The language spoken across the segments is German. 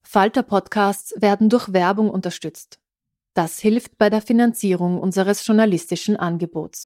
Falter-Podcasts werden durch Werbung unterstützt. Das hilft bei der Finanzierung unseres journalistischen Angebots.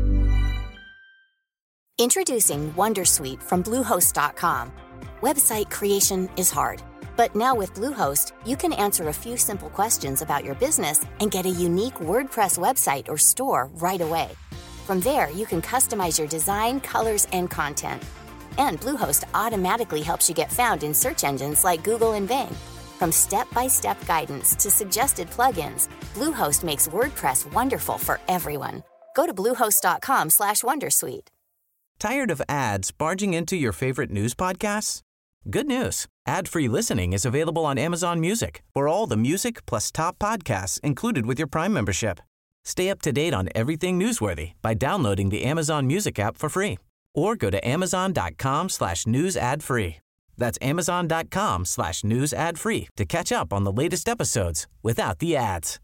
Introducing Wondersuite from Bluehost.com. Website creation is hard, but now with Bluehost, you can answer a few simple questions about your business and get a unique WordPress website or store right away. From there, you can customize your design, colors, and content. And Bluehost automatically helps you get found in search engines like Google and Bing. From step-by-step guidance to suggested plugins, Bluehost makes WordPress wonderful for everyone. Go to bluehost.com/wondersuite. Tired of ads barging into your favorite news podcasts? Good news. Ad-free listening is available on Amazon Music for all the music plus top podcasts included with your Prime membership. Stay up to date on everything newsworthy by downloading the Amazon Music app for free or go to amazon.com/news ad free. That's amazon.com/news ad free to catch up on the latest episodes without the ads.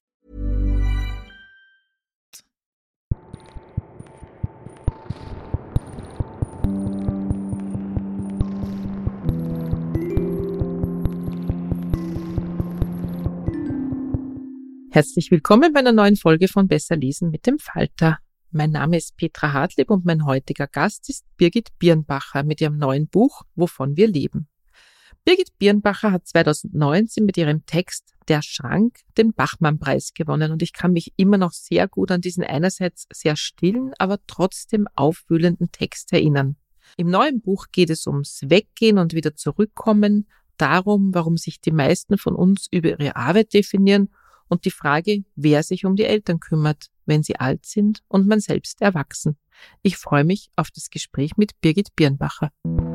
Herzlich willkommen bei einer neuen Folge von Besser lesen mit dem Falter. Mein Name ist Petra Hartlieb und mein heutiger Gast ist Birgit Birnbacher mit ihrem neuen Buch Wovon wir leben. Birgit Birnbacher hat 2019 mit ihrem Text Der Schrank den Bachmann-Preis gewonnen und ich kann mich immer noch sehr gut an diesen einerseits sehr stillen, aber trotzdem aufwühlenden Text erinnern. Im neuen Buch geht es ums Weggehen und wieder zurückkommen, darum, warum sich die meisten von uns über ihre Arbeit definieren und die Frage, wer sich um die Eltern kümmert, wenn sie alt sind und man selbst erwachsen. Ich freue mich auf das Gespräch mit Birgit Birnbacher.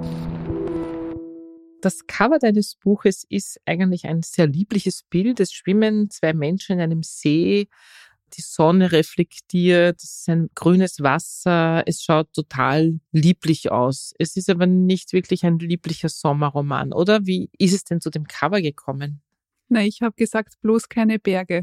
Das Cover deines Buches ist eigentlich ein sehr liebliches Bild. Es schwimmen zwei Menschen in einem See, die Sonne reflektiert, es ist ein grünes Wasser, es schaut total lieblich aus. Es ist aber nicht wirklich ein lieblicher Sommerroman, oder? Wie ist es denn zu dem Cover gekommen? Na, ich habe gesagt, bloß keine Berge,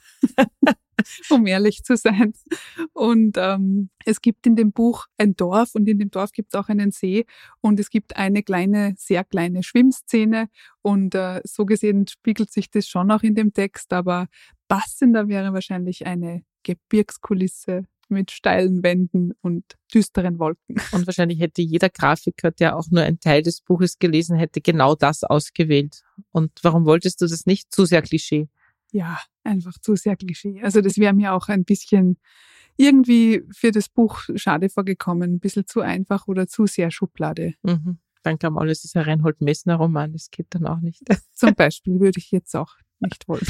um ehrlich zu sein. Und es gibt in dem Buch ein Dorf und in dem Dorf gibt es auch einen See und es gibt eine kleine, sehr kleine Schwimmszene und so gesehen spiegelt sich das schon auch in dem Text, aber passender wäre wahrscheinlich eine Gebirgskulisse mit steilen Wänden und düsteren Wolken. Und wahrscheinlich hätte jeder Grafiker, der auch nur einen Teil des Buches gelesen hätte, genau das ausgewählt. Und warum wolltest du das nicht? Zu sehr Klischee? Ja, einfach zu sehr Klischee. Also das wäre mir auch ein bisschen irgendwie für das Buch schade vorgekommen. Ein bisschen zu einfach oder zu sehr Schublade. Mhm. Dann kam alles, ist ein Reinhold Messner Roman, das geht dann auch nicht. Zum Beispiel würde ich jetzt auch nicht wollen.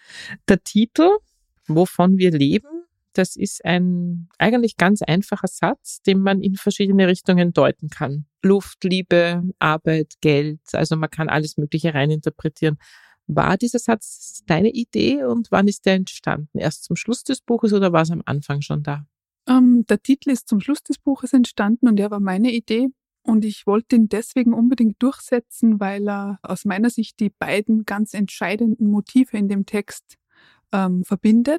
Der Titel, Wovon wir leben, das ist ein eigentlich ganz einfacher Satz, den man in verschiedene Richtungen deuten kann. Luft, Liebe, Arbeit, Geld, also man kann alles Mögliche reininterpretieren. War dieser Satz deine Idee und wann ist der entstanden? Erst zum Schluss des Buches oder war es am Anfang schon da? Der Titel ist zum Schluss des Buches entstanden und er war meine Idee. Und ich wollte ihn deswegen unbedingt durchsetzen, weil er aus meiner Sicht die beiden ganz entscheidenden Motive in dem Text verbindet,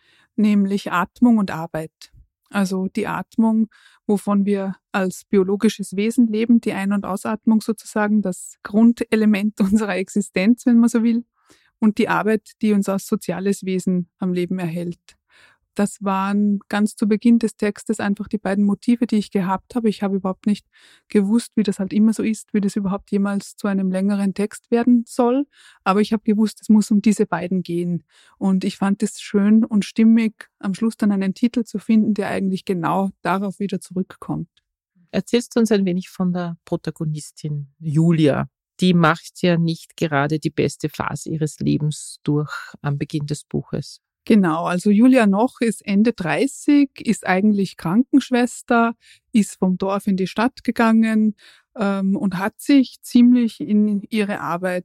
nämlich Atmung und Arbeit. Also die Atmung, wovon wir als biologisches Wesen leben, die Ein- und Ausatmung sozusagen, das Grundelement unserer Existenz, wenn man so will, und die Arbeit, die uns als soziales Wesen am Leben erhält. Das waren ganz zu Beginn des Textes einfach die beiden Motive, die ich gehabt habe. Ich habe überhaupt nicht gewusst, wie das halt immer so ist, wie das überhaupt jemals zu einem längeren Text werden soll. Aber ich habe gewusst, es muss um diese beiden gehen. Und ich fand es schön und stimmig, am Schluss dann einen Titel zu finden, der eigentlich genau darauf wieder zurückkommt. Erzählst du uns ein wenig von der Protagonistin Julia. Die macht ja nicht gerade die beste Phase ihres Lebens durch am Beginn des Buches. Genau, also Julia Noch ist Ende 30, ist eigentlich Krankenschwester, ist vom Dorf in die Stadt gegangen und hat sich ziemlich in ihre Arbeit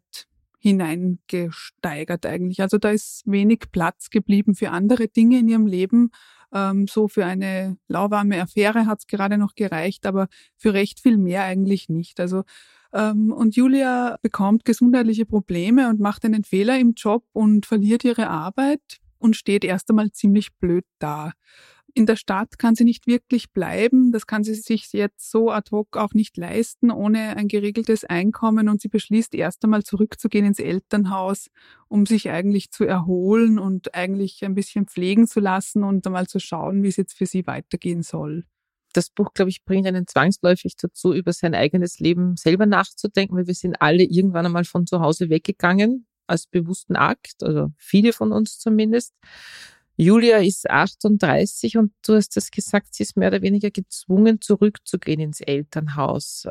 hineingesteigert eigentlich. Also da ist wenig Platz geblieben für andere Dinge in ihrem Leben. So für eine lauwarme Affäre hat es gerade noch gereicht, aber für recht viel mehr eigentlich nicht. Also und Julia bekommt gesundheitliche Probleme und macht einen Fehler im Job und verliert ihre Arbeit und steht erst einmal ziemlich blöd da. in der Stadt kann sie nicht wirklich bleiben. Das kann sie sich jetzt so ad hoc auch nicht leisten, ohne ein geregeltes Einkommen. Und sie beschließt erst einmal zurückzugehen ins Elternhaus, um sich eigentlich zu erholen und eigentlich ein bisschen pflegen zu lassen und einmal zu schauen, wie es jetzt für sie weitergehen soll. Das Buch, glaube ich, bringt einen zwangsläufig dazu, über sein eigenes Leben selber nachzudenken, weil wir sind alle irgendwann einmal von zu Hause weggegangen, als bewussten Akt, also viele von uns zumindest. Julia ist 38 und du hast das gesagt, sie ist mehr oder weniger gezwungen, zurückzugehen ins Elternhaus.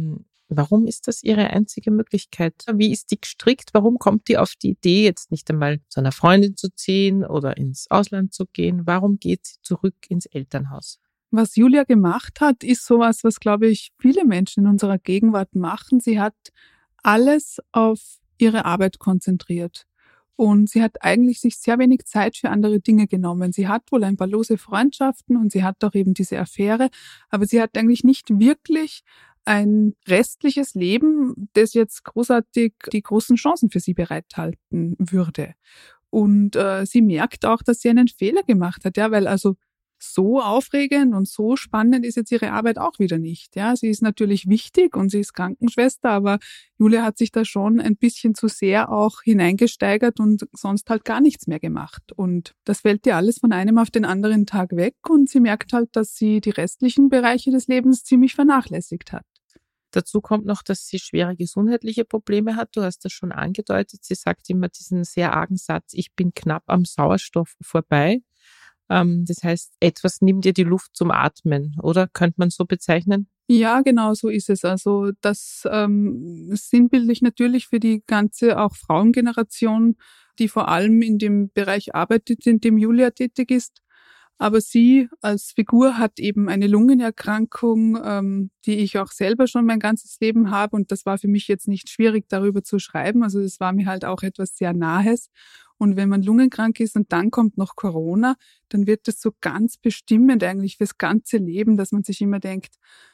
Warum ist das ihre einzige Möglichkeit? Wie ist die gestrickt? Warum kommt die auf die Idee, jetzt nicht einmal zu einer Freundin zu ziehen oder ins Ausland zu gehen? Warum geht sie zurück ins Elternhaus? Was Julia gemacht hat, ist sowas, was, glaube ich, viele Menschen in unserer Gegenwart machen. Sie hat alles auf ihre Arbeit konzentriert. Und sie hat eigentlich sich sehr wenig Zeit für andere Dinge genommen. Sie hat wohl ein paar lose Freundschaften und sie hat auch eben diese Affäre, aber sie hat eigentlich nicht wirklich ein restliches Leben, das jetzt großartig die großen Chancen für sie bereithalten würde. Und sie merkt auch, dass sie einen Fehler gemacht hat, ja, weil also so aufregend und so spannend ist jetzt ihre Arbeit auch wieder nicht. Ja, sie ist natürlich wichtig und sie ist Krankenschwester, aber Julia hat sich da schon ein bisschen zu sehr auch hineingesteigert und sonst halt gar nichts mehr gemacht. Und das fällt ihr alles von einem auf den anderen Tag weg und sie merkt halt, dass sie die restlichen Bereiche des Lebens ziemlich vernachlässigt hat. Dazu kommt noch, dass sie schwere gesundheitliche Probleme hat. Du hast das schon angedeutet. Sie sagt immer diesen sehr argen Satz, ich bin knapp am Sauerstoff vorbei. Das heißt, etwas nimmt ihr die Luft zum Atmen, oder? Könnte man so bezeichnen? Ja, genau, so ist es. Also das ist sinnbildlich natürlich für die ganze auch Frauengeneration, die vor allem in dem Bereich arbeitet, in dem Julia tätig ist. Aber sie als Figur hat eben eine Lungenerkrankung, die ich auch selber schon mein ganzes Leben habe. Und das war für mich jetzt nicht schwierig, darüber zu schreiben. Also das war mir halt auch etwas sehr Nahes. Und wenn man lungenkrank ist und dann kommt noch Corona, dann wird das so ganz bestimmend eigentlich fürs ganze Leben, dass man sich immer denkt,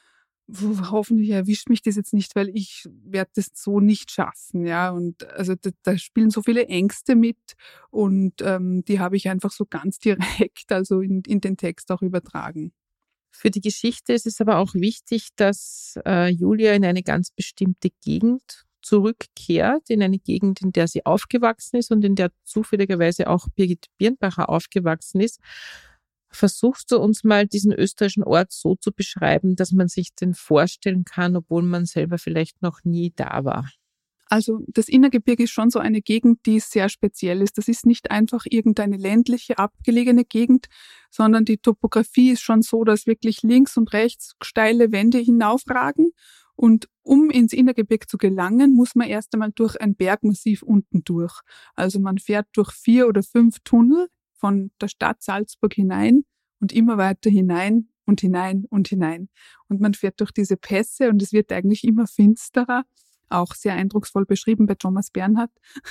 hoffentlich erwischt mich das jetzt nicht, weil ich werde das so nicht schaffen, ja. Und also da spielen so viele Ängste mit und die habe ich einfach so ganz direkt, also in den Text auch übertragen. Für die Geschichte ist es aber auch wichtig, dass Julia in eine ganz bestimmte Gegend zurückkehrt, in eine Gegend, in der sie aufgewachsen ist und in der zufälligerweise auch Birgit Birnbacher aufgewachsen ist. Versuchst du uns mal diesen österreichischen Ort so zu beschreiben, dass man sich den vorstellen kann, obwohl man selber vielleicht noch nie da war? Also das Innergebirge ist schon so eine Gegend, die sehr speziell ist. Das ist nicht einfach irgendeine ländliche, abgelegene Gegend, sondern die Topografie ist schon so, dass wirklich links und rechts steile Wände hinaufragen. Und um ins Innergebirge zu gelangen, muss man erst einmal durch ein Bergmassiv unten durch. Also man fährt durch 4 oder 5 Tunnel von der Stadt Salzburg hinein und immer weiter hinein und hinein und hinein. Und man fährt durch diese Pässe und es wird eigentlich immer finsterer. Auch sehr eindrucksvoll beschrieben bei Thomas Bernhard.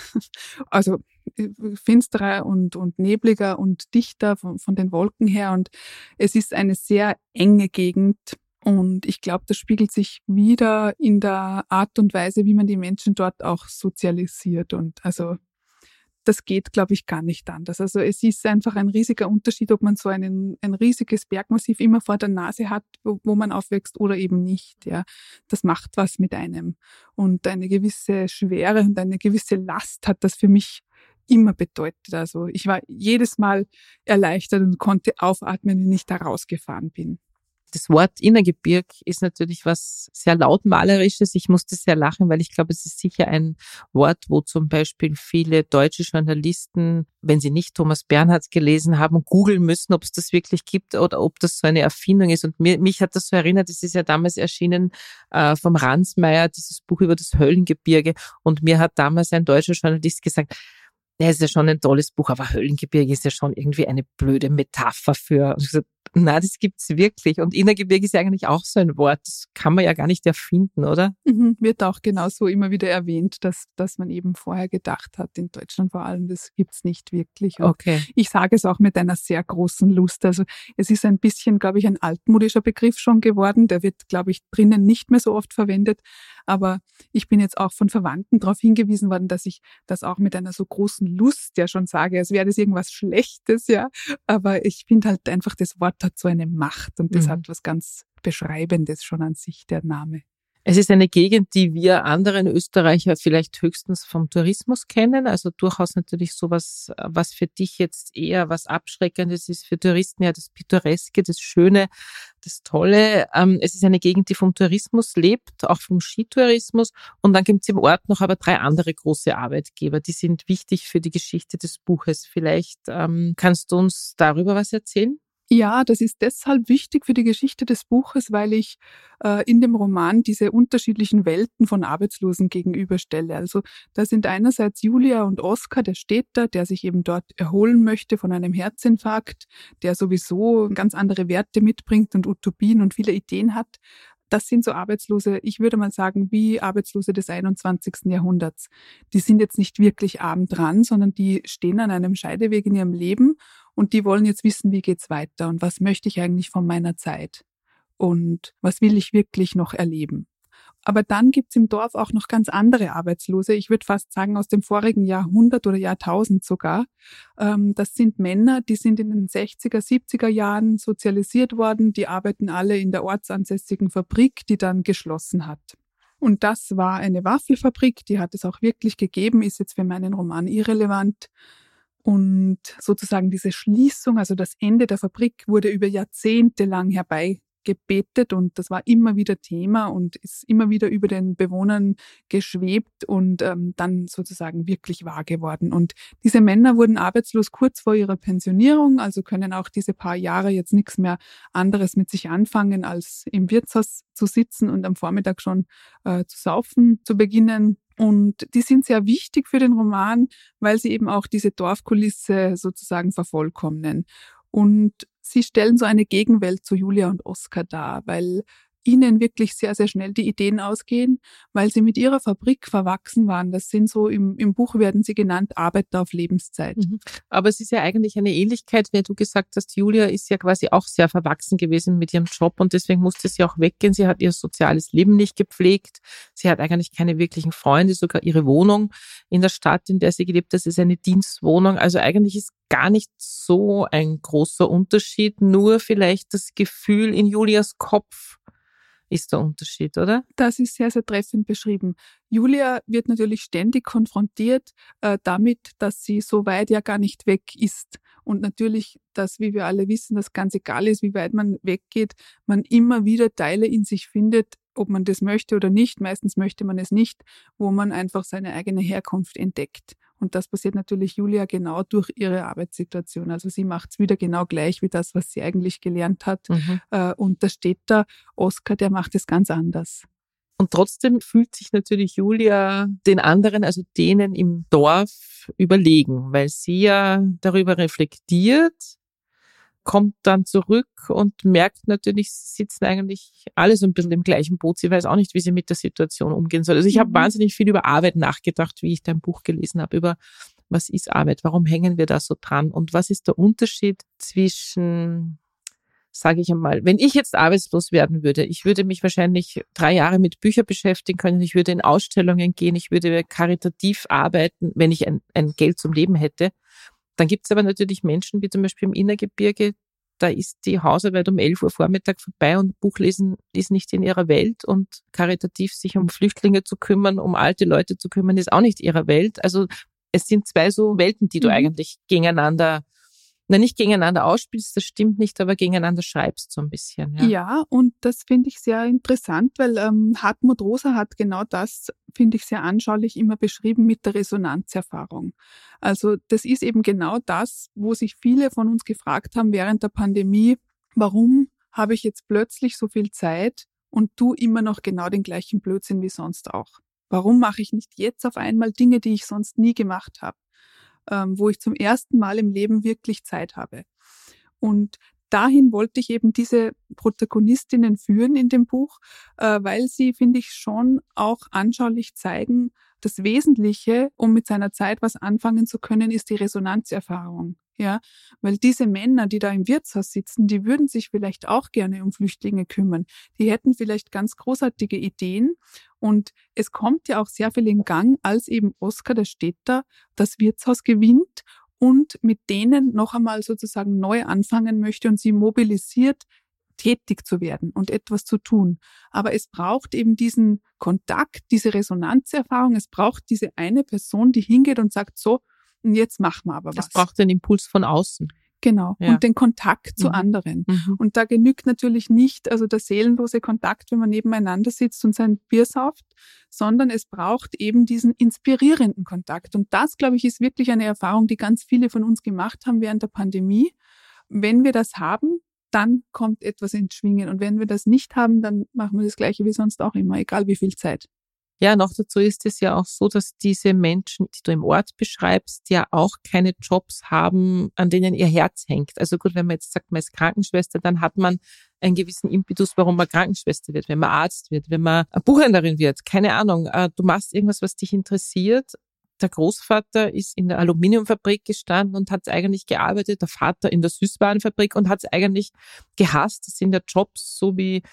Also finsterer und nebliger und dichter von den Wolken her. Und es ist eine sehr enge Gegend. Und ich glaube, das spiegelt sich wieder in der Art und Weise, wie man die Menschen dort auch sozialisiert. Und also das geht, glaube ich, gar nicht anders. Also es ist einfach ein riesiger Unterschied, ob man so ein riesiges Bergmassiv immer vor der Nase hat, wo man aufwächst oder eben nicht. Ja, das macht was mit einem. Und eine gewisse Schwere und eine gewisse Last hat das für mich immer bedeutet. Also ich war jedes Mal erleichtert und konnte aufatmen, wenn ich da rausgefahren bin. Das Wort Innergebirg ist natürlich was sehr lautmalerisches. Ich musste sehr lachen, weil ich glaube, es ist sicher ein Wort, wo zum Beispiel viele deutsche Journalisten, wenn sie nicht Thomas Bernhard gelesen haben, googeln müssen, ob es das wirklich gibt oder ob das so eine Erfindung ist. Und mich hat das so erinnert, es ist ja damals erschienen vom Ransmayr, dieses Buch über das Höllengebirge. Und mir hat damals ein deutscher Journalist gesagt, ja, es ist ja schon ein tolles Buch, aber Höllengebirge ist ja schon irgendwie eine blöde Metapher für. Und ich gesagt, na, das gibt's wirklich. Und Innergebirge ist ja eigentlich auch so ein Wort. Das kann man ja gar nicht erfinden, oder? Wird auch genauso immer wieder erwähnt, dass man eben vorher gedacht hat, in Deutschland vor allem, das gibt's nicht wirklich. Und okay. Ich sage es auch mit einer sehr großen Lust. Also es ist ein bisschen, glaube ich, ein altmodischer Begriff schon geworden. Der wird, glaube ich, drinnen nicht mehr so oft verwendet. Aber ich bin jetzt auch von Verwandten darauf hingewiesen worden, dass ich das auch mit einer so großen Lust ja schon sage, als wäre das irgendwas Schlechtes, ja. Aber ich finde halt einfach, das Wort hat so eine Macht und das hat was ganz Beschreibendes schon an sich, der Name. Es ist eine Gegend, die wir anderen Österreicher vielleicht höchstens vom Tourismus kennen, also durchaus natürlich sowas, was für dich jetzt eher was Abschreckendes ist, für Touristen ja das Pittoreske, das Schöne, das Tolle. Es ist eine Gegend, die vom Tourismus lebt, auch vom Skitourismus, und dann gibt es im Ort noch aber 3 andere große Arbeitgeber, die sind wichtig für die Geschichte des Buches. Vielleicht kannst du uns darüber was erzählen? Ja, das ist deshalb wichtig für die Geschichte des Buches, weil ich in dem Roman diese unterschiedlichen Welten von Arbeitslosen gegenüberstelle. Also da sind einerseits Julia und Oskar, der steht da, der sich eben dort erholen möchte von einem Herzinfarkt, der sowieso ganz andere Werte mitbringt und Utopien und viele Ideen hat. Das sind so Arbeitslose, ich würde mal sagen, wie Arbeitslose des 21. Jahrhunderts. Die sind jetzt nicht wirklich arm dran, sondern die stehen an einem Scheideweg in ihrem Leben und die wollen jetzt wissen, wie geht's weiter und was möchte ich eigentlich von meiner Zeit und was will ich wirklich noch erleben. Aber dann gibt's im Dorf auch noch ganz andere Arbeitslose, ich würde fast sagen aus dem vorigen Jahrhundert oder Jahrtausend sogar. Das sind Männer, die sind in den 60er, 70er Jahren sozialisiert worden, die arbeiten alle in der ortsansässigen Fabrik, die dann geschlossen hat. Und das war eine Waffelfabrik, die hat es auch wirklich gegeben, ist jetzt für meinen Roman irrelevant. Und sozusagen diese Schließung, also das Ende der Fabrik, wurde über Jahrzehnte lang herbeigebetet und das war immer wieder Thema und ist immer wieder über den Bewohnern geschwebt und dann sozusagen wirklich wahr geworden. Und diese Männer wurden arbeitslos kurz vor ihrer Pensionierung, also können auch diese paar Jahre jetzt nichts mehr anderes mit sich anfangen, als im Wirtshaus zu sitzen und am Vormittag schon zu saufen zu beginnen. Und die sind sehr wichtig für den Roman, weil sie eben auch diese Dorfkulisse sozusagen vervollkommnen. Und sie stellen so eine Gegenwelt zu Julia und Oskar dar, weil ihnen wirklich sehr, sehr schnell die Ideen ausgehen, weil sie mit ihrer Fabrik verwachsen waren. Das sind so, im Buch werden sie genannt, Arbeiter auf Lebenszeit. Aber es ist ja eigentlich eine Ähnlichkeit, wie du gesagt hast, Julia ist ja quasi auch sehr verwachsen gewesen mit ihrem Job und deswegen musste sie auch weggehen. Sie hat ihr soziales Leben nicht gepflegt. Sie hat eigentlich keine wirklichen Freunde, sogar ihre Wohnung in der Stadt, in der sie gelebt hat, das ist eine Dienstwohnung. Also eigentlich ist gar nicht so ein großer Unterschied, nur vielleicht das Gefühl in Julias Kopf ist der Unterschied, oder? Das ist sehr, sehr treffend beschrieben. Julia wird natürlich ständig konfrontiert damit, dass sie so weit ja gar nicht weg ist. Und natürlich, dass, wie wir alle wissen, dass ganz egal ist, wie weit man weggeht, man immer wieder Teile in sich findet, ob man das möchte oder nicht. Meistens möchte man es nicht, wo man einfach seine eigene Herkunft entdeckt. Und das passiert natürlich Julia genau durch ihre Arbeitssituation. Also sie macht es wieder genau gleich wie das, was sie eigentlich gelernt hat. Und da steht da, Oskar, der macht es ganz anders. Und trotzdem fühlt sich natürlich Julia den anderen, also denen im Dorf, überlegen, weil sie ja darüber reflektiert, kommt dann zurück und merkt natürlich, sie sitzen eigentlich alle so ein bisschen im gleichen Boot. Sie weiß auch nicht, wie sie mit der Situation umgehen soll. Also ich habe wahnsinnig viel über Arbeit nachgedacht, wie ich dein Buch gelesen habe, über was ist Arbeit, warum hängen wir da so dran und was ist der Unterschied zwischen, sage ich einmal, wenn ich jetzt arbeitslos werden würde, ich würde mich wahrscheinlich 3 Jahre mit Büchern beschäftigen können, ich würde in Ausstellungen gehen, ich würde karitativ arbeiten, wenn ich ein Geld zum Leben hätte. Dann gibt es aber natürlich Menschen, wie zum Beispiel im Innergebirge, da ist die Hausarbeit um 11 Uhr Vormittag vorbei und Buchlesen ist nicht in ihrer Welt und karitativ sich um Flüchtlinge zu kümmern, um alte Leute zu kümmern, ist auch nicht ihrer Welt. Also es sind 2 so Welten, die du eigentlich nicht gegeneinander ausspielst, das stimmt nicht, aber gegeneinander schreibst so ein bisschen. Ja, und das finde ich sehr interessant, weil Hartmut Rosa hat genau das, finde ich, sehr anschaulich immer beschrieben mit der Resonanzerfahrung. Also das ist eben genau das, wo sich viele von uns gefragt haben während der Pandemie, warum habe ich jetzt plötzlich so viel Zeit und tu immer noch genau den gleichen Blödsinn wie sonst auch? Warum mache ich nicht jetzt auf einmal Dinge, die ich sonst nie gemacht habe? Wo ich zum ersten Mal im Leben wirklich Zeit habe. Und dahin wollte ich eben diese Protagonistinnen führen in dem Buch, weil sie, finde ich, schon auch anschaulich zeigen, das Wesentliche, um mit seiner Zeit was anfangen zu können, ist die Resonanzerfahrung. Ja, weil diese Männer, die da im Wirtshaus sitzen, die würden sich vielleicht auch gerne um Flüchtlinge kümmern. Die hätten vielleicht ganz großartige Ideen. Und es kommt ja auch sehr viel in Gang, als eben Oskar, der steht da, das Wirtshaus gewinnt und mit denen noch einmal sozusagen neu anfangen möchte und sie mobilisiert, tätig zu werden und etwas zu tun. Aber es braucht eben diesen Kontakt, diese Resonanzerfahrung. Es braucht diese eine Person, die hingeht und sagt, so, und jetzt machen wir aber was. Das braucht den Impuls von außen. Genau. Ja. Und den Kontakt zu anderen. Und da genügt natürlich nicht, also der seelenlose Kontakt, wenn man nebeneinander sitzt und sein Bier sauft, sondern es braucht eben diesen inspirierenden Kontakt. Und das, glaube ich, ist wirklich eine Erfahrung, die ganz viele von uns gemacht haben während der Pandemie. Wenn wir das haben, dann kommt etwas ins Schwingen. Und wenn wir das nicht haben, dann machen wir das Gleiche wie sonst auch immer, egal wie viel Zeit. Ja, noch dazu ist es ja auch so, dass diese Menschen, die du im Ort beschreibst, ja auch keine Jobs haben, an denen ihr Herz hängt. Also gut, wenn man jetzt sagt, man ist Krankenschwester, dann hat man einen gewissen Impetus, warum man Krankenschwester wird, wenn man Arzt wird, wenn man Buchhändlerin wird, keine Ahnung. Du machst irgendwas, was dich interessiert. Der Großvater ist in der Aluminiumfabrik gestanden und hat eigentlich gearbeitet, der Vater in der Süßwarenfabrik und hat es eigentlich gehasst. Das sind ja Jobs, so wie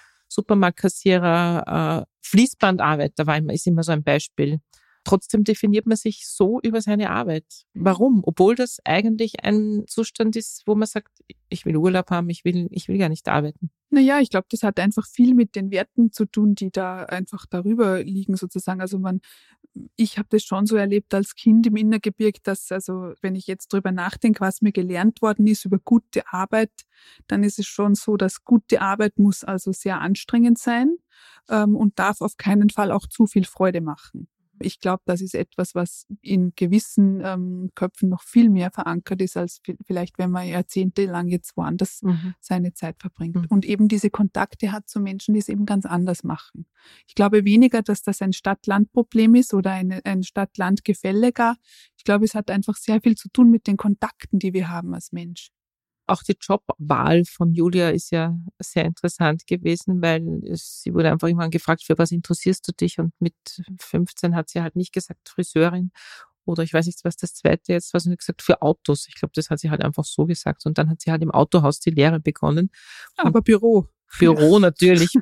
Supermarktkassierer, Fließbandarbeiter ist immer so ein Beispiel. Trotzdem definiert man sich so über seine Arbeit. Warum? Obwohl das eigentlich ein Zustand ist, wo man sagt, ich will Urlaub haben, ich will gar nicht arbeiten. Naja, ich glaube, das hat einfach viel mit den Werten zu tun, die da einfach darüber liegen sozusagen. Also ich habe das schon so erlebt als Kind im Innergebirge, dass, also wenn ich jetzt drüber nachdenke, was mir gelernt worden ist über gute Arbeit, dann ist es schon so, dass gute Arbeit muss also sehr anstrengend sein und darf auf keinen Fall auch zu viel Freude machen. Ich glaube, das ist etwas, was in gewissen Köpfen noch viel mehr verankert ist, als vielleicht, wenn man jahrzehntelang jetzt woanders seine Zeit verbringt. Und eben diese Kontakte hat zu Menschen, die es eben ganz anders machen. Ich glaube weniger, dass das ein Stadt-Land-Problem ist oder ein Stadt-Land-Gefälle gar. Ich glaube, es hat einfach sehr viel zu tun mit den Kontakten, die wir haben als Mensch. Auch die Jobwahl von Julia ist ja sehr interessant gewesen, weil sie wurde einfach immer gefragt, für was interessierst du dich? Und mit 15 hat sie halt nicht gesagt Friseurin oder ich weiß nicht, was das zweite jetzt war, sie hat gesagt für Autos. Ich glaube, das hat sie halt einfach so gesagt. Und dann hat sie halt im Autohaus die Lehre begonnen. Aber Büro natürlich,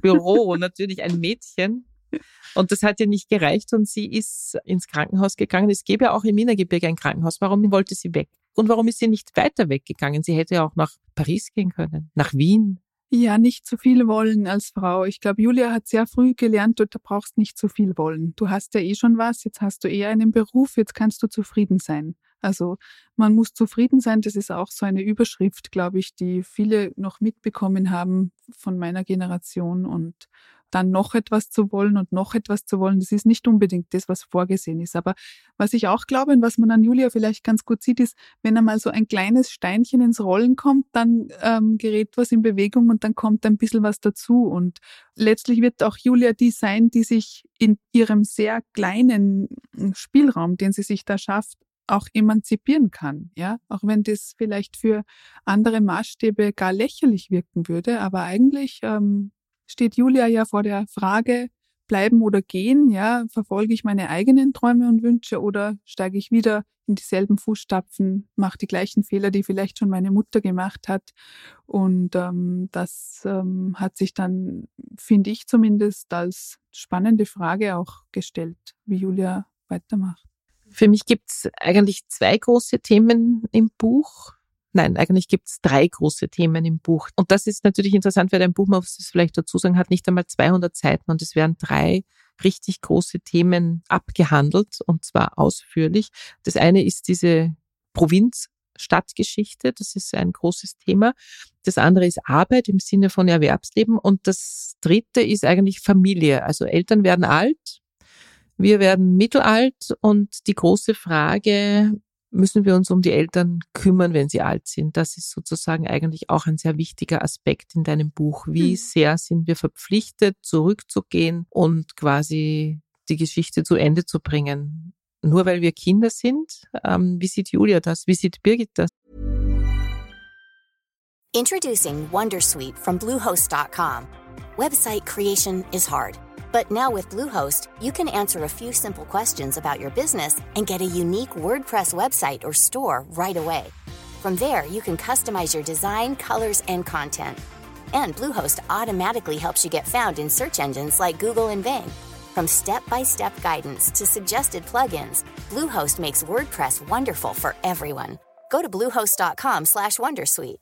ein Mädchen. Und das hat ihr nicht gereicht und sie ist ins Krankenhaus gegangen. Es gäbe ja auch im Innergebirge ein Krankenhaus. Warum wollte sie weg? Und warum ist sie nicht weiter weggegangen? Sie hätte ja auch nach Paris gehen können, nach Wien. Ja, nicht zu viel wollen als Frau. Ich glaube, Julia hat sehr früh gelernt, du brauchst nicht zu viel wollen. Du hast ja schon was, jetzt hast du eher einen Beruf, jetzt kannst du zufrieden sein. Also man muss zufrieden sein, das ist auch so eine Überschrift, glaube ich, die viele noch mitbekommen haben von meiner Generation und dann noch etwas zu wollen und noch etwas zu wollen, das ist nicht unbedingt das, was vorgesehen ist. Aber was ich auch glaube und was man an Julia vielleicht ganz gut sieht, ist, wenn einmal so ein kleines Steinchen ins Rollen kommt, dann gerät was in Bewegung und dann kommt ein bisschen was dazu. Und letztlich wird auch Julia die sein, die sich in ihrem sehr kleinen Spielraum, den sie sich da schafft, auch emanzipieren kann, ja, auch wenn das vielleicht für andere Maßstäbe gar lächerlich wirken würde, aber eigentlich steht Julia ja vor der Frage, bleiben oder gehen, ja, verfolge ich meine eigenen Träume und Wünsche oder steige ich wieder in dieselben Fußstapfen, mache die gleichen Fehler, die vielleicht schon meine Mutter gemacht hat und das hat sich dann, finde ich zumindest, als spannende Frage auch gestellt, wie Julia weitermacht. Für mich gibt's eigentlich zwei große Themen im Buch. Nein, eigentlich gibt's 3 große Themen im Buch. Und das ist natürlich interessant, weil dein Buch, man muss es vielleicht dazu sagen, hat nicht einmal 200 Seiten und es werden 3 richtig große Themen abgehandelt und zwar ausführlich. Das eine ist diese Provinz-Stadtgeschichte, das ist ein großes Thema. Das andere ist Arbeit im Sinne von Erwerbsleben und das dritte ist eigentlich Familie. Also Eltern werden alt, wir werden mittelalt und die große Frage, müssen wir uns um die Eltern kümmern, wenn sie alt sind? Das ist sozusagen eigentlich auch ein sehr wichtiger Aspekt in deinem Buch. Wie sehr sind wir verpflichtet, zurückzugehen und quasi die Geschichte zu Ende zu bringen? Nur weil wir Kinder sind? Wie sieht Julia das? Wie sieht Birgit das? Introducing Wondersuite from Bluehost.com. Website creation is hard. But now with Bluehost, you can answer a few simple questions about your business and get a unique WordPress website or store right away. From there, you can customize your design, colors, and content. And Bluehost automatically helps you get found in search engines like Google and Bing. From step-by-step guidance to suggested plugins, Bluehost makes WordPress wonderful for everyone. Go to bluehost.com/wondersuite.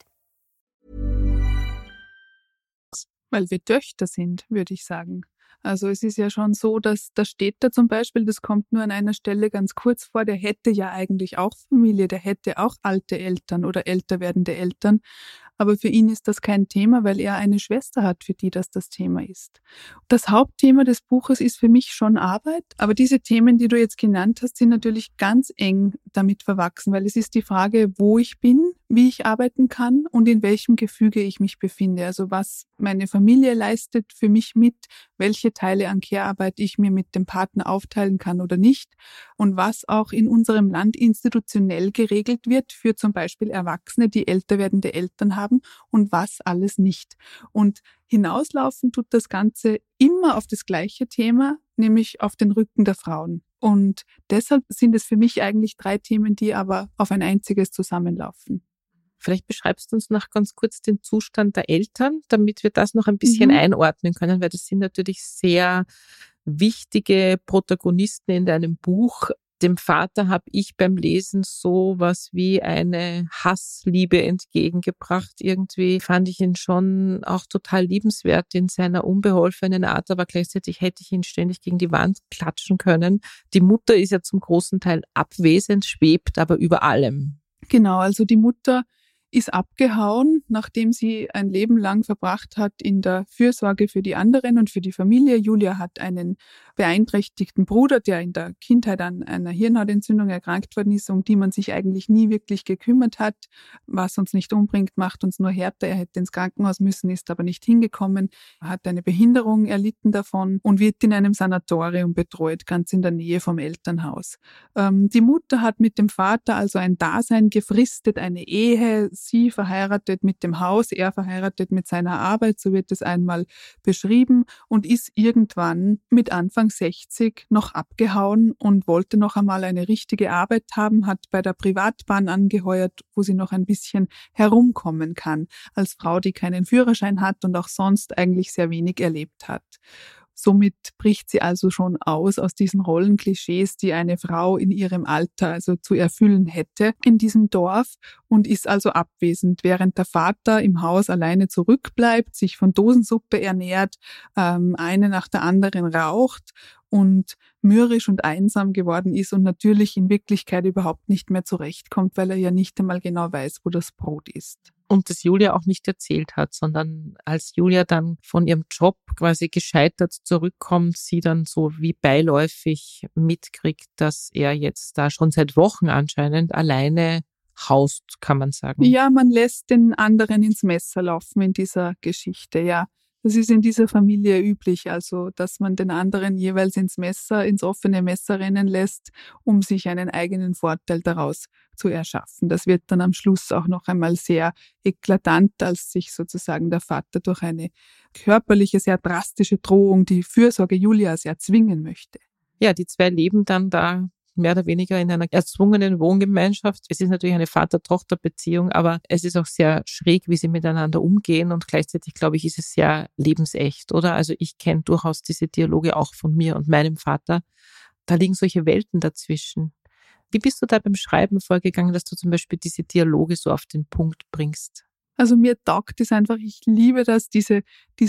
Weil wir Töchter sind, würde ich sagen. Also es ist ja schon so, dass da steht da zum Beispiel, das kommt nur an einer Stelle ganz kurz vor, der hätte ja eigentlich auch Familie, der hätte auch alte Eltern oder älter werdende Eltern. Aber für ihn ist das kein Thema, weil er eine Schwester hat, für die das Thema ist. Das Hauptthema des Buches ist für mich schon Arbeit, aber diese Themen, die du jetzt genannt hast, sind natürlich ganz eng damit verwachsen, weil es ist die Frage, wo ich bin, wie ich arbeiten kann und in welchem Gefüge ich mich befinde. Also was meine Familie leistet für mich mit, welche Teile an Care-Arbeit ich mir mit dem Partner aufteilen kann oder nicht und was auch in unserem Land institutionell geregelt wird für zum Beispiel Erwachsene, die älter werdende Eltern haben und was alles nicht. Und hinauslaufen tut das Ganze immer auf das gleiche Thema, nämlich auf den Rücken der Frauen. Und deshalb sind es für mich eigentlich 3 Themen, die aber auf ein einziges zusammenlaufen. Vielleicht beschreibst du uns noch ganz kurz den Zustand der Eltern, damit wir das noch ein bisschen einordnen können, weil das sind natürlich sehr wichtige Protagonisten in deinem Buch. Dem Vater habe ich beim Lesen so was wie eine Hassliebe entgegengebracht. Irgendwie fand ich ihn schon auch total liebenswert in seiner unbeholfenen Art, aber gleichzeitig hätte ich ihn ständig gegen die Wand klatschen können. Die Mutter ist ja zum großen Teil abwesend, schwebt aber über allem. Genau, also die Mutter ist abgehauen, nachdem sie ein Leben lang verbracht hat in der Fürsorge für die anderen und für die Familie. Julia hat einen beeinträchtigten Bruder, der in der Kindheit an einer Hirnhautentzündung erkrankt worden ist, um die man sich eigentlich nie wirklich gekümmert hat. Was uns nicht umbringt, macht uns nur härter. Er hätte ins Krankenhaus müssen, ist aber nicht hingekommen, hat eine Behinderung erlitten davon und wird in einem Sanatorium betreut, ganz in der Nähe vom Elternhaus. Die Mutter hat mit dem Vater also ein Dasein gefristet, eine Ehe, sie verheiratet mit dem Haus, er verheiratet mit seiner Arbeit, so wird es einmal beschrieben, und ist irgendwann mit Anfang 60 noch abgehauen und wollte noch einmal eine richtige Arbeit haben, hat bei der Privatbahn angeheuert, wo sie noch ein bisschen herumkommen kann, als Frau, die keinen Führerschein hat und auch sonst eigentlich sehr wenig erlebt hat. Somit bricht sie also schon aus diesen Rollenklischees, die eine Frau in ihrem Alter also zu erfüllen hätte in diesem Dorf, und ist also abwesend, während der Vater im Haus alleine zurückbleibt, sich von Dosensuppe ernährt, eine nach der anderen raucht und mürrisch und einsam geworden ist und natürlich in Wirklichkeit überhaupt nicht mehr zurechtkommt, weil er ja nicht einmal genau weiß, wo das Brot ist. Und das Julia auch nicht erzählt hat, sondern als Julia dann von ihrem Job quasi gescheitert zurückkommt, sie dann so wie beiläufig mitkriegt, dass er jetzt da schon seit Wochen anscheinend alleine haust, kann man sagen. Ja, man lässt den anderen ins Messer laufen in dieser Geschichte, ja. Das ist in dieser Familie üblich, also dass man den anderen jeweils ins offene Messer rennen lässt, um sich einen eigenen Vorteil daraus zu erschaffen. Das wird dann am Schluss auch noch einmal sehr eklatant, als sich sozusagen der Vater durch eine körperliche, sehr drastische Drohung die Fürsorge Julias erzwingen möchte. Ja, die 2 leben dann da mehr oder weniger in einer erzwungenen Wohngemeinschaft. Es ist natürlich eine Vater-Tochter-Beziehung, aber es ist auch sehr schräg, wie sie miteinander umgehen, und gleichzeitig, glaube ich, ist es sehr lebensecht, oder? Also ich kenne durchaus diese Dialoge auch von mir und meinem Vater. Da liegen solche Welten dazwischen. Wie bist du da beim Schreiben vorgegangen, dass du zum Beispiel diese Dialoge so auf den Punkt bringst? Also mir taugt es einfach, ich liebe das, diese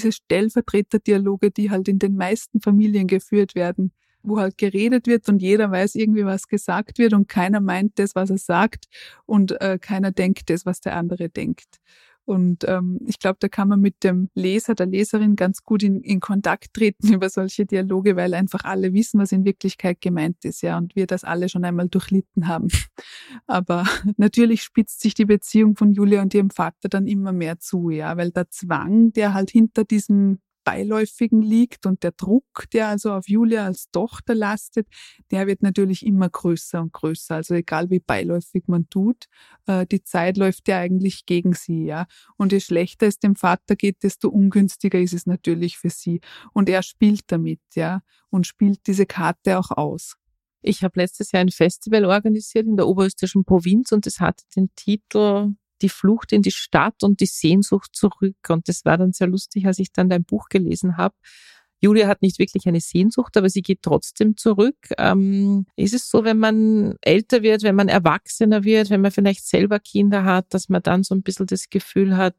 Stellvertreterdialoge, die halt in den meisten Familien geführt werden, wo halt geredet wird und jeder weiß irgendwie, was gesagt wird und keiner meint das, was er sagt, und keiner denkt das, was der andere denkt. Und ich glaube, da kann man mit dem Leser, der Leserin ganz gut in Kontakt treten über solche Dialoge, weil einfach alle wissen, was in Wirklichkeit gemeint ist, ja, und wir das alle schon einmal durchlitten haben. Aber natürlich spitzt sich die Beziehung von Julia und ihrem Vater dann immer mehr zu, ja, weil der Zwang, der halt hinter diesem Beiläufigen liegt und der Druck, der also auf Julia als Tochter lastet, der wird natürlich immer größer und größer. Also egal wie beiläufig man tut, die Zeit läuft ja eigentlich gegen sie, ja. Und je schlechter es dem Vater geht, desto ungünstiger ist es natürlich für sie. Und er spielt damit, ja, und spielt diese Karte auch aus. Ich habe letztes Jahr ein Festival organisiert in der oberösterreichischen Provinz und es hatte den Titel Die Flucht in die Stadt und die Sehnsucht zurück. Und das war dann sehr lustig, als ich dann dein Buch gelesen habe. Julia hat nicht wirklich eine Sehnsucht, aber sie geht trotzdem zurück. Ist es so, wenn man älter wird, wenn man erwachsener wird, wenn man vielleicht selber Kinder hat, dass man dann so ein bisschen das Gefühl hat,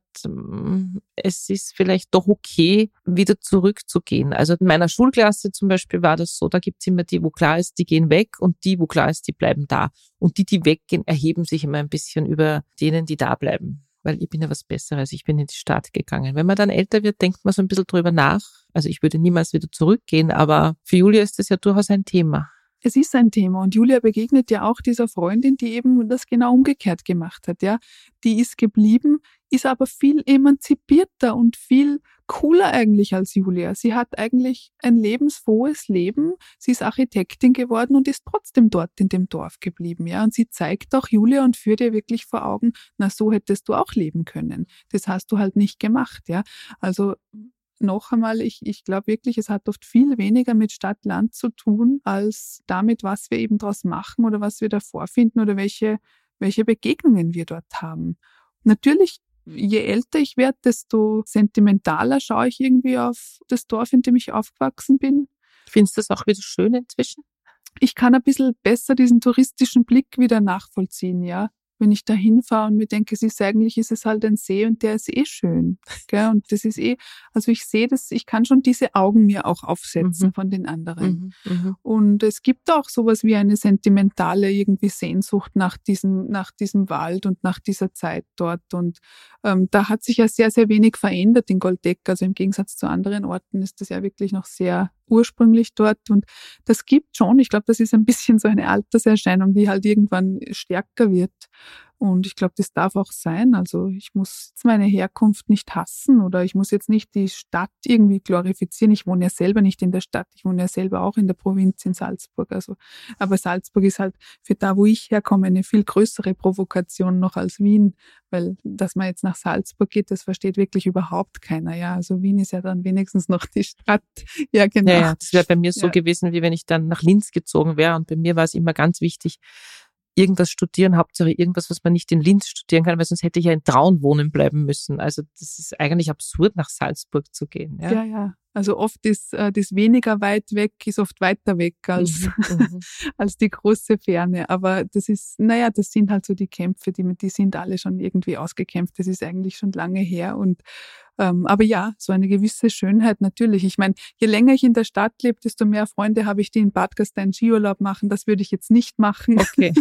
es ist vielleicht doch okay, wieder zurückzugehen? Also in meiner Schulklasse zum Beispiel war das so, da gibt's immer die, wo klar ist, die gehen weg und die, wo klar ist, die bleiben da. Und die weggehen, erheben sich immer ein bisschen über denen, die da bleiben. Weil ich bin ja was Besseres, ich bin in die Stadt gegangen. Wenn man dann älter wird, denkt man so ein bisschen drüber nach. Also ich würde niemals wieder zurückgehen, aber für Julia ist das ja durchaus ein Thema. Es ist ein Thema und Julia begegnet ja auch dieser Freundin, die eben das genau umgekehrt gemacht hat, ja. Die ist geblieben, ist aber viel emanzipierter und viel cooler eigentlich als Julia. Sie hat eigentlich ein lebensfrohes Leben. Sie ist Architektin geworden und ist trotzdem dort in dem Dorf geblieben, ja. Und sie zeigt auch Julia und führt ihr wirklich vor Augen, na, so hättest du auch leben können. Das hast du halt nicht gemacht, ja. Also, noch einmal, ich glaube wirklich, es hat oft viel weniger mit Stadt-Land zu tun, als damit, was wir eben daraus machen oder was wir da vorfinden oder welche Begegnungen wir dort haben. Natürlich, je älter ich werde, desto sentimentaler schaue ich irgendwie auf das Dorf, in dem ich aufgewachsen bin. Findest du das auch wieder schön inzwischen? Ich kann ein bisschen besser diesen touristischen Blick wieder nachvollziehen, ja. Wenn ich da hinfahre und mir denke, ist es halt ein See und der ist schön, gell? Und das ist also ich sehe das, ich kann schon diese Augen mir auch aufsetzen von den anderen. Und es gibt auch sowas wie eine sentimentale irgendwie Sehnsucht nach diesem Wald und nach dieser Zeit dort. Und da hat sich ja sehr, sehr wenig verändert in Goldeck. Also im Gegensatz zu anderen Orten ist das ja wirklich noch sehr ursprünglich dort. Und das gibt schon, ich glaube, das ist ein bisschen so eine Alterserscheinung, die halt irgendwann stärker wird. Und ich glaube, das darf auch sein. Also ich muss jetzt meine Herkunft nicht hassen oder ich muss jetzt nicht die Stadt irgendwie glorifizieren. Ich wohne ja selber nicht in der Stadt. Ich wohne ja selber auch in der Provinz in Salzburg. Also, aber Salzburg ist halt für da, wo ich herkomme, eine viel größere Provokation noch als Wien. Weil, dass man jetzt nach Salzburg geht, das versteht wirklich überhaupt keiner. Ja, also Wien ist ja dann wenigstens noch die Stadt. Ja, genau. Ja, das wäre bei mir so gewesen, wie wenn ich dann nach Linz gezogen wäre. Und bei mir war es immer ganz wichtig, irgendwas studieren, Hauptsache irgendwas, was man nicht in Linz studieren kann, weil sonst hätte ich ja in Traun wohnen bleiben müssen. Also das ist eigentlich absurd, nach Salzburg zu gehen. Ja, ja. Also oft ist das weniger weit weg, ist oft weiter weg als die große Ferne. Aber das ist, das sind halt so die Kämpfe, die sind alle schon irgendwie ausgekämpft. Das ist eigentlich schon lange her. Und aber ja, so eine gewisse Schönheit natürlich. Ich meine, je länger ich in der Stadt lebe, desto mehr Freunde habe ich, die in Bad Gastein Skiurlaub machen. Das würde ich jetzt nicht machen. Okay.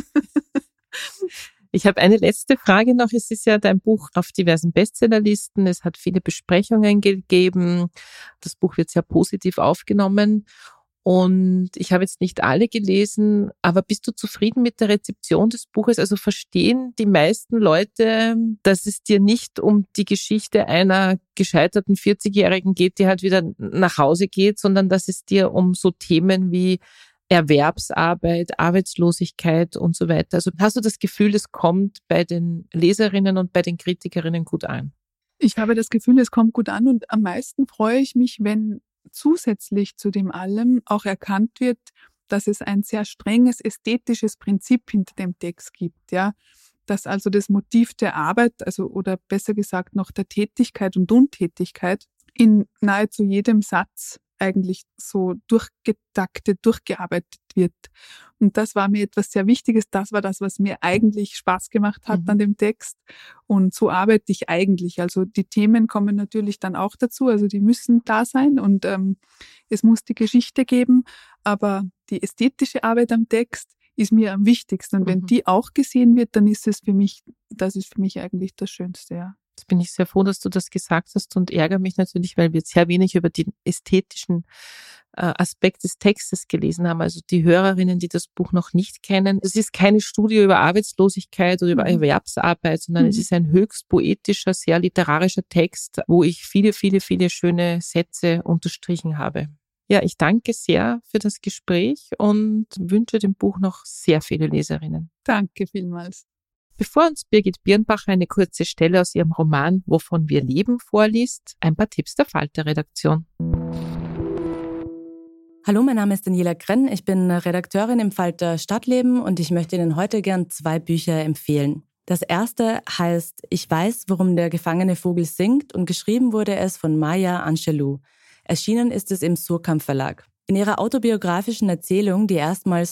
Ich habe eine letzte Frage noch. Es ist ja dein Buch auf diversen Bestsellerlisten. Es hat viele Besprechungen gegeben. Das Buch wird sehr positiv aufgenommen. Und ich habe jetzt nicht alle gelesen, aber bist du zufrieden mit der Rezeption des Buches? Also verstehen die meisten Leute, dass es dir nicht um die Geschichte einer gescheiterten 40-Jährigen geht, die halt wieder nach Hause geht, sondern dass es dir um so Themen wie Erwerbsarbeit, Arbeitslosigkeit und so weiter. Also hast du das Gefühl, es kommt bei den Leserinnen und bei den Kritikerinnen gut an? Ich habe das Gefühl, es kommt gut an und am meisten freue ich mich, wenn zusätzlich zu dem allem auch erkannt wird, dass es ein sehr strenges ästhetisches Prinzip hinter dem Text gibt, ja. Dass also das Motiv der Arbeit, also oder besser gesagt noch der Tätigkeit und Untätigkeit in nahezu jedem Satz eigentlich so durchgearbeitet wird. Und das war mir etwas sehr Wichtiges. Das war das, was mir eigentlich Spaß gemacht hat an dem Text. Und so arbeite ich eigentlich. Also die Themen kommen natürlich dann auch dazu. Also die müssen da sein und es muss die Geschichte geben. Aber die ästhetische Arbeit am Text ist mir am wichtigsten. Und wenn die auch gesehen wird, dann ist es für mich eigentlich das Schönste, ja. Jetzt bin ich sehr froh, dass du das gesagt hast und ärgere mich natürlich, weil wir sehr wenig über den ästhetischen Aspekt des Textes gelesen haben. Also die Hörerinnen, die das Buch noch nicht kennen. Es ist keine Studie über Arbeitslosigkeit oder über Erwerbsarbeit, sondern es ist ein höchst poetischer, sehr literarischer Text, wo ich viele, viele, viele schöne Sätze unterstrichen habe. Ja, ich danke sehr für das Gespräch und wünsche dem Buch noch sehr viele Leserinnen. Danke vielmals. Bevor uns Birgit Birnbacher eine kurze Stelle aus ihrem Roman Wovon wir leben vorliest, ein paar Tipps der Falter-Redaktion. Hallo, mein Name ist Daniela Krenn, ich bin Redakteurin im Falter Stadtleben und ich möchte Ihnen heute gern 2 Bücher empfehlen. Das erste heißt Ich weiß, warum der gefangene Vogel singt und geschrieben wurde es von Maya Angelou. Erschienen ist es im Suhrkamp Verlag. In ihrer autobiografischen Erzählung, die erstmals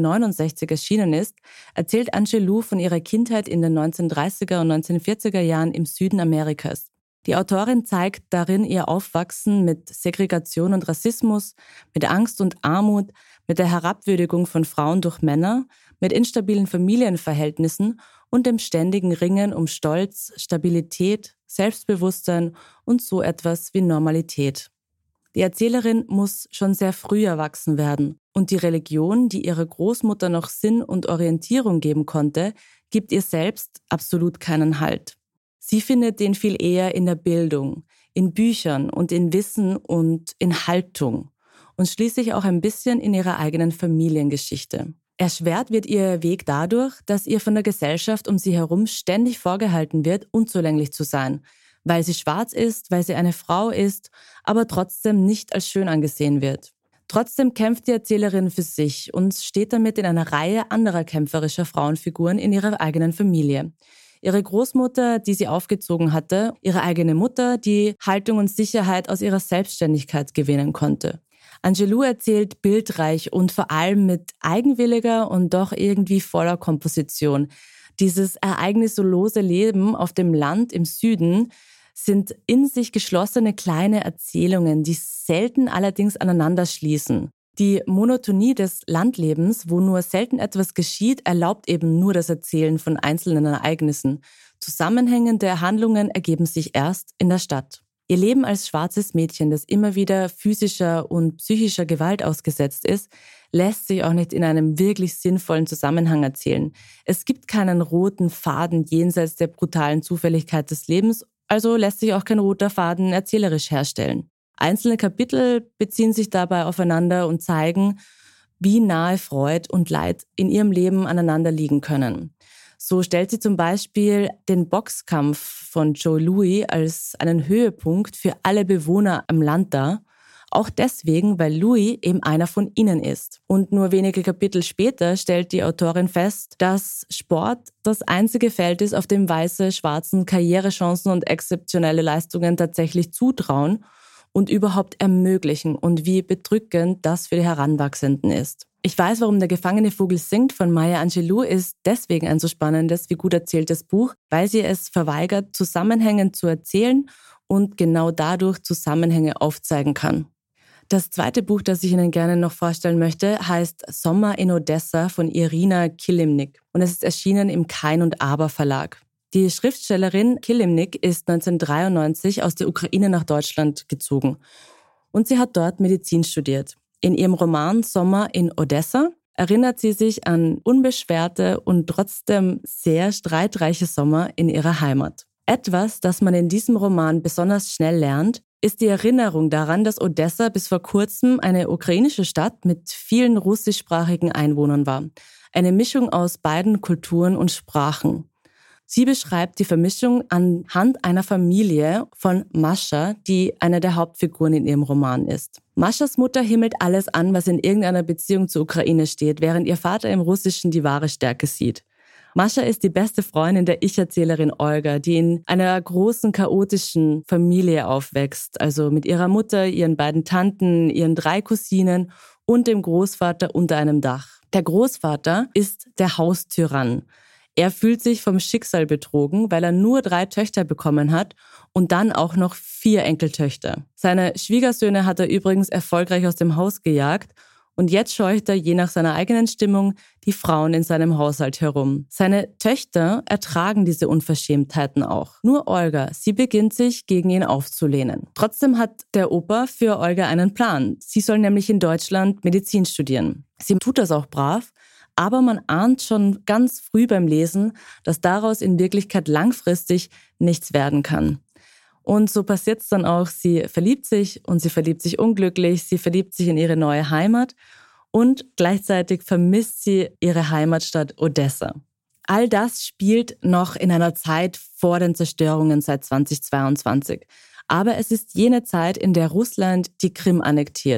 1969 erschienen ist, erzählt Angelou von ihrer Kindheit in den 1930er und 1940er Jahren im Süden Amerikas. Die Autorin zeigt darin ihr Aufwachsen mit Segregation und Rassismus, mit Angst und Armut, mit der Herabwürdigung von Frauen durch Männer, mit instabilen Familienverhältnissen und dem ständigen Ringen um Stolz, Stabilität, Selbstbewusstsein und so etwas wie Normalität. Die Erzählerin muss schon sehr früh erwachsen werden und die Religion, die ihrer Großmutter noch Sinn und Orientierung geben konnte, gibt ihr selbst absolut keinen Halt. Sie findet den viel eher in der Bildung, in Büchern und in Wissen und in Haltung und schließlich auch ein bisschen in ihrer eigenen Familiengeschichte. Erschwert wird ihr Weg dadurch, dass ihr von der Gesellschaft um sie herum ständig vorgehalten wird, unzulänglich zu sein, weil sie schwarz ist, weil sie eine Frau ist, aber trotzdem nicht als schön angesehen wird. Trotzdem kämpft die Erzählerin für sich und steht damit in einer Reihe anderer kämpferischer Frauenfiguren in ihrer eigenen Familie. Ihre Großmutter, die sie aufgezogen hatte, ihre eigene Mutter, die Haltung und Sicherheit aus ihrer Selbstständigkeit gewinnen konnte. Angelou erzählt bildreich und vor allem mit eigenwilliger und doch irgendwie voller Komposition. Dieses ereignislose Leben auf dem Land im Süden sind in sich geschlossene kleine Erzählungen, die selten allerdings aneinander schließen. Die Monotonie des Landlebens, wo nur selten etwas geschieht, erlaubt eben nur das Erzählen von einzelnen Ereignissen. Zusammenhängende Handlungen ergeben sich erst in der Stadt. Ihr Leben als schwarzes Mädchen, das immer wieder physischer und psychischer Gewalt ausgesetzt ist, lässt sich auch nicht in einem wirklich sinnvollen Zusammenhang erzählen. Es gibt keinen roten Faden jenseits der brutalen Zufälligkeit des Lebens, also lässt sich auch kein roter Faden erzählerisch herstellen. Einzelne Kapitel beziehen sich dabei aufeinander und zeigen, wie nahe Freud und Leid in ihrem Leben aneinander liegen können. So stellt sie zum Beispiel den Boxkampf von Joe Louis als einen Höhepunkt für alle Bewohner am Land dar, auch deswegen, weil Louis eben einer von ihnen ist. Und nur wenige Kapitel später stellt die Autorin fest, dass Sport das einzige Feld ist, auf dem weiße Schwarzen Karrierechancen und exzeptionelle Leistungen tatsächlich zutrauen und überhaupt ermöglichen und wie bedrückend das für die Heranwachsenden ist. Ich weiß, warum der gefangene Vogel singt von Maya Angelou ist deswegen ein so spannendes wie gut erzähltes Buch, weil sie es verweigert, zusammenhängend zu erzählen und genau dadurch Zusammenhänge aufzeigen kann. Das zweite Buch, das ich Ihnen gerne noch vorstellen möchte, heißt Sommer in Odessa von Irina Kilimnik und es ist erschienen im Kein und Aber Verlag. Die Schriftstellerin Kilimnik ist 1993 aus der Ukraine nach Deutschland gezogen und sie hat dort Medizin studiert. In ihrem Roman Sommer in Odessa erinnert sie sich an unbeschwerte und trotzdem sehr streitreiche Sommer in ihrer Heimat. Etwas, das man in diesem Roman besonders schnell lernt, ist die Erinnerung daran, dass Odessa bis vor kurzem eine ukrainische Stadt mit vielen russischsprachigen Einwohnern war. Eine Mischung aus beiden Kulturen und Sprachen. Sie beschreibt die Vermischung anhand einer Familie von Mascha, die eine der Hauptfiguren in ihrem Roman ist. Maschas Mutter himmelt alles an, was in irgendeiner Beziehung zur Ukraine steht, während ihr Vater im Russischen die wahre Stärke sieht. Mascha ist die beste Freundin der Ich-Erzählerin Olga, die in einer großen, chaotischen Familie aufwächst, also mit ihrer Mutter, ihren beiden Tanten, ihren 3 Cousinen und dem Großvater unter einem Dach. Der Großvater ist der Haustyrann. Er fühlt sich vom Schicksal betrogen, weil er nur 3 Töchter bekommen hat und dann auch noch 4 Enkeltöchter. Seine Schwiegersöhne hat er übrigens erfolgreich aus dem Haus gejagt und jetzt scheucht er je nach seiner eigenen Stimmung die Frauen in seinem Haushalt herum. Seine Töchter ertragen diese Unverschämtheiten auch. Nur Olga, sie beginnt sich gegen ihn aufzulehnen. Trotzdem hat der Opa für Olga einen Plan. Sie soll nämlich in Deutschland Medizin studieren. Sie tut das auch brav. Aber man ahnt schon ganz früh beim Lesen, dass daraus in Wirklichkeit langfristig nichts werden kann. Und so passiert es dann auch, sie verliebt sich und sie verliebt sich unglücklich, sie verliebt sich in ihre neue Heimat und gleichzeitig vermisst sie ihre Heimatstadt Odessa. All das spielt noch in einer Zeit vor den Zerstörungen seit 2022. Aber es ist jene Zeit, in der Russland die Krim annektiert.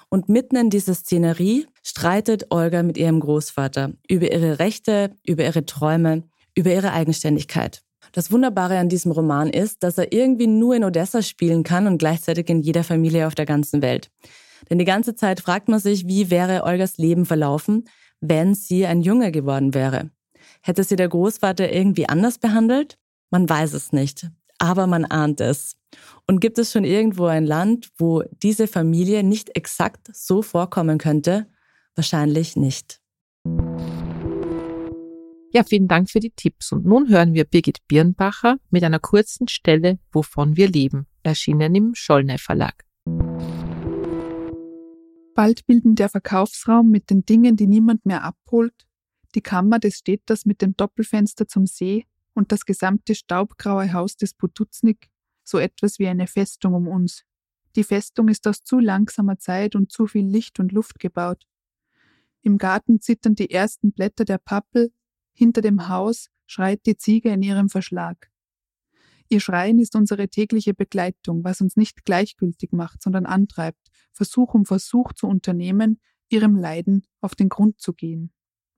Und mitten in dieser Szenerie streitet Olga mit ihrem Großvater über ihre Rechte, über ihre Träume, über ihre Eigenständigkeit. Das Wunderbare an diesem Roman ist, dass er irgendwie nur in Odessa spielen kann und gleichzeitig in jeder Familie auf der ganzen Welt. Denn die ganze Zeit fragt man sich, wie wäre Olgas Leben verlaufen, wenn sie ein Junge geworden wäre. Hätte sie der Großvater irgendwie anders behandelt? Man weiß es nicht, aber man ahnt es. Und gibt es schon irgendwo ein Land, wo diese Familie nicht exakt so vorkommen könnte? Wahrscheinlich nicht. Ja, vielen Dank für die Tipps. Und nun hören wir Birgit Birnbacher mit einer kurzen Stelle Wovon wir leben, erschienen im Schollnay Verlag. Bald bilden der Verkaufsraum mit den Dingen, die niemand mehr abholt, die Kammer des Städters mit dem Doppelfenster zum See und das gesamte staubgraue Haus des Potuznik so etwas wie eine Festung um uns. Die Festung ist aus zu langsamer Zeit und zu viel Licht und Luft gebaut. Im Garten zittern die ersten Blätter der Pappel, hinter dem Haus schreit die Ziege in ihrem Verschlag. Ihr Schreien ist unsere tägliche Begleitung, was uns nicht gleichgültig macht, sondern antreibt, Versuch um Versuch zu unternehmen, ihrem Leiden auf den Grund zu gehen.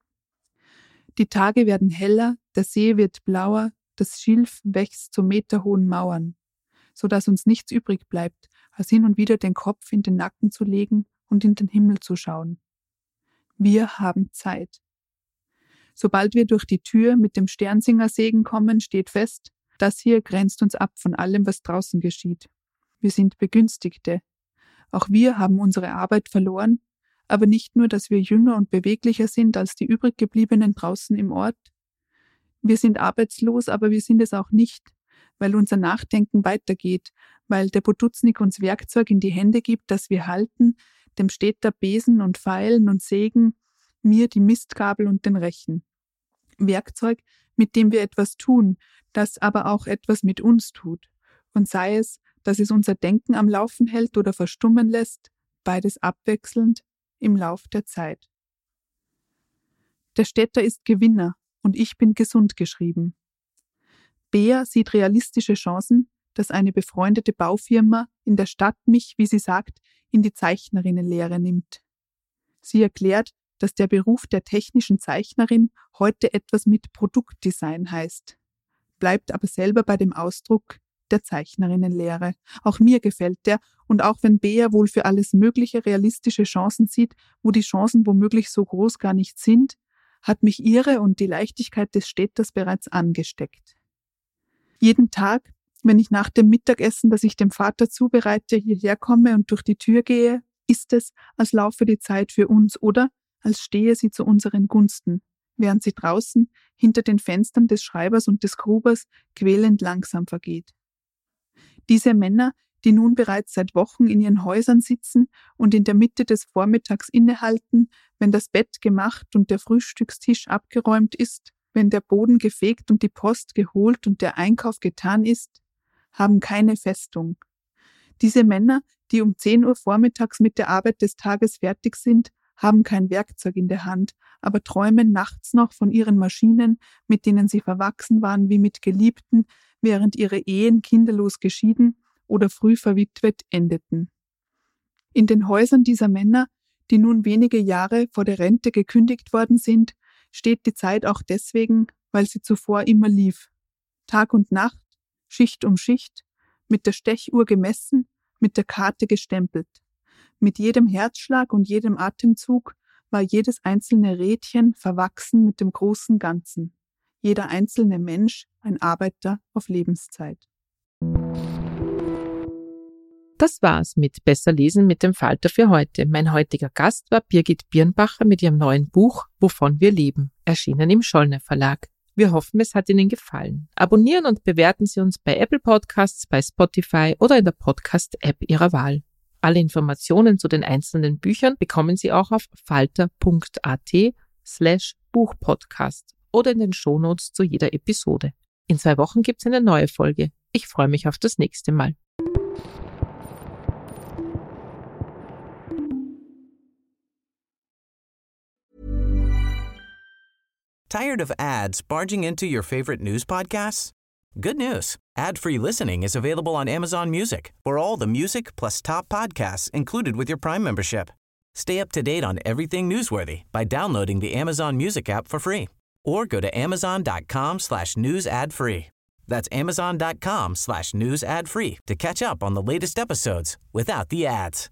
Die Tage werden heller, der See wird blauer, das Schilf wächst zu meterhohen Mauern, so dass uns nichts übrig bleibt, als hin und wieder den Kopf in den Nacken zu legen und in den Himmel zu schauen. Wir haben Zeit. Sobald wir durch die Tür mit dem Sternsingersegen kommen, steht fest, das hier grenzt uns ab von allem, was draußen geschieht. Wir sind Begünstigte. Auch wir haben unsere Arbeit verloren, aber nicht nur, dass wir jünger und beweglicher sind als die übrig gebliebenen draußen im Ort. Wir sind arbeitslos, aber wir sind es auch nicht, weil unser Nachdenken weitergeht, weil der Potuznik uns Werkzeug in die Hände gibt, das wir halten, dem Städter Besen und Pfeilen und Sägen, mir die Mistgabel und den Rechen. Werkzeug, mit dem wir etwas tun, das aber auch etwas mit uns tut. Und sei es, dass es unser Denken am Laufen hält oder verstummen lässt, beides abwechselnd im Lauf der Zeit. Der Städter ist Gewinner und ich bin gesund geschrieben. Bea sieht realistische Chancen, dass eine befreundete Baufirma in der Stadt mich, wie sie sagt, in die Zeichnerinnenlehre nimmt. Sie erklärt, dass der Beruf der technischen Zeichnerin heute etwas mit Produktdesign heißt, bleibt aber selber bei dem Ausdruck der Zeichnerinnenlehre. Auch mir gefällt der, und auch wenn Bea wohl für alles mögliche realistische Chancen sieht, wo die Chancen womöglich so groß gar nicht sind, hat mich ihre und die Leichtigkeit des Städters bereits angesteckt. Jeden Tag, wenn ich nach dem Mittagessen, das ich dem Vater zubereite, hierher komme und durch die Tür gehe, ist es, als laufe die Zeit für uns oder als stehe sie zu unseren Gunsten, während sie draußen hinter den Fenstern des Schreibers und des Grubers quälend langsam vergeht. Diese Männer, die nun bereits seit Wochen in ihren Häusern sitzen und in der Mitte des Vormittags innehalten, wenn das Bett gemacht und der Frühstückstisch abgeräumt ist, wenn der Boden gefegt und die Post geholt und der Einkauf getan ist, haben keine Festung. Diese Männer, die um 10 Uhr vormittags mit der Arbeit des Tages fertig sind, haben kein Werkzeug in der Hand, aber träumen nachts noch von ihren Maschinen, mit denen sie verwachsen waren wie mit Geliebten, während ihre Ehen kinderlos geschieden oder früh verwitwet endeten. In den Häusern dieser Männer, die nun wenige Jahre vor der Rente gekündigt worden sind, steht die Zeit auch deswegen, weil sie zuvor immer lief. Tag und Nacht, Schicht um Schicht, mit der Stechuhr gemessen, mit der Karte gestempelt. Mit jedem Herzschlag und jedem Atemzug war jedes einzelne Rädchen verwachsen mit dem großen Ganzen. Jeder einzelne Mensch ein Arbeiter auf Lebenszeit. Das war's mit Besser lesen mit dem Falter für heute. Mein heutiger Gast war Birgit Birnbacher mit ihrem neuen Buch Wovon wir leben, erschienen im Schollnay Verlag. Wir hoffen, es hat Ihnen gefallen. Abonnieren und bewerten Sie uns bei Apple Podcasts, bei Spotify oder in der Podcast-App Ihrer Wahl. Alle Informationen zu den einzelnen Büchern bekommen Sie auch auf falter.at/Buchpodcast oder in den Shownotes zu jeder Episode. In 2 Wochen gibt's eine neue Folge. Ich freue mich auf das nächste Mal. Tired of ads barging into your favorite news podcasts? Good news. Ad-free listening is available on Amazon Music for all the music plus top podcasts included with your Prime membership. Stay up to date on everything newsworthy by downloading the Amazon Music app for free or go to amazon.com/news ad free. That's amazon.com/news ad free to catch up on the latest episodes without the ads.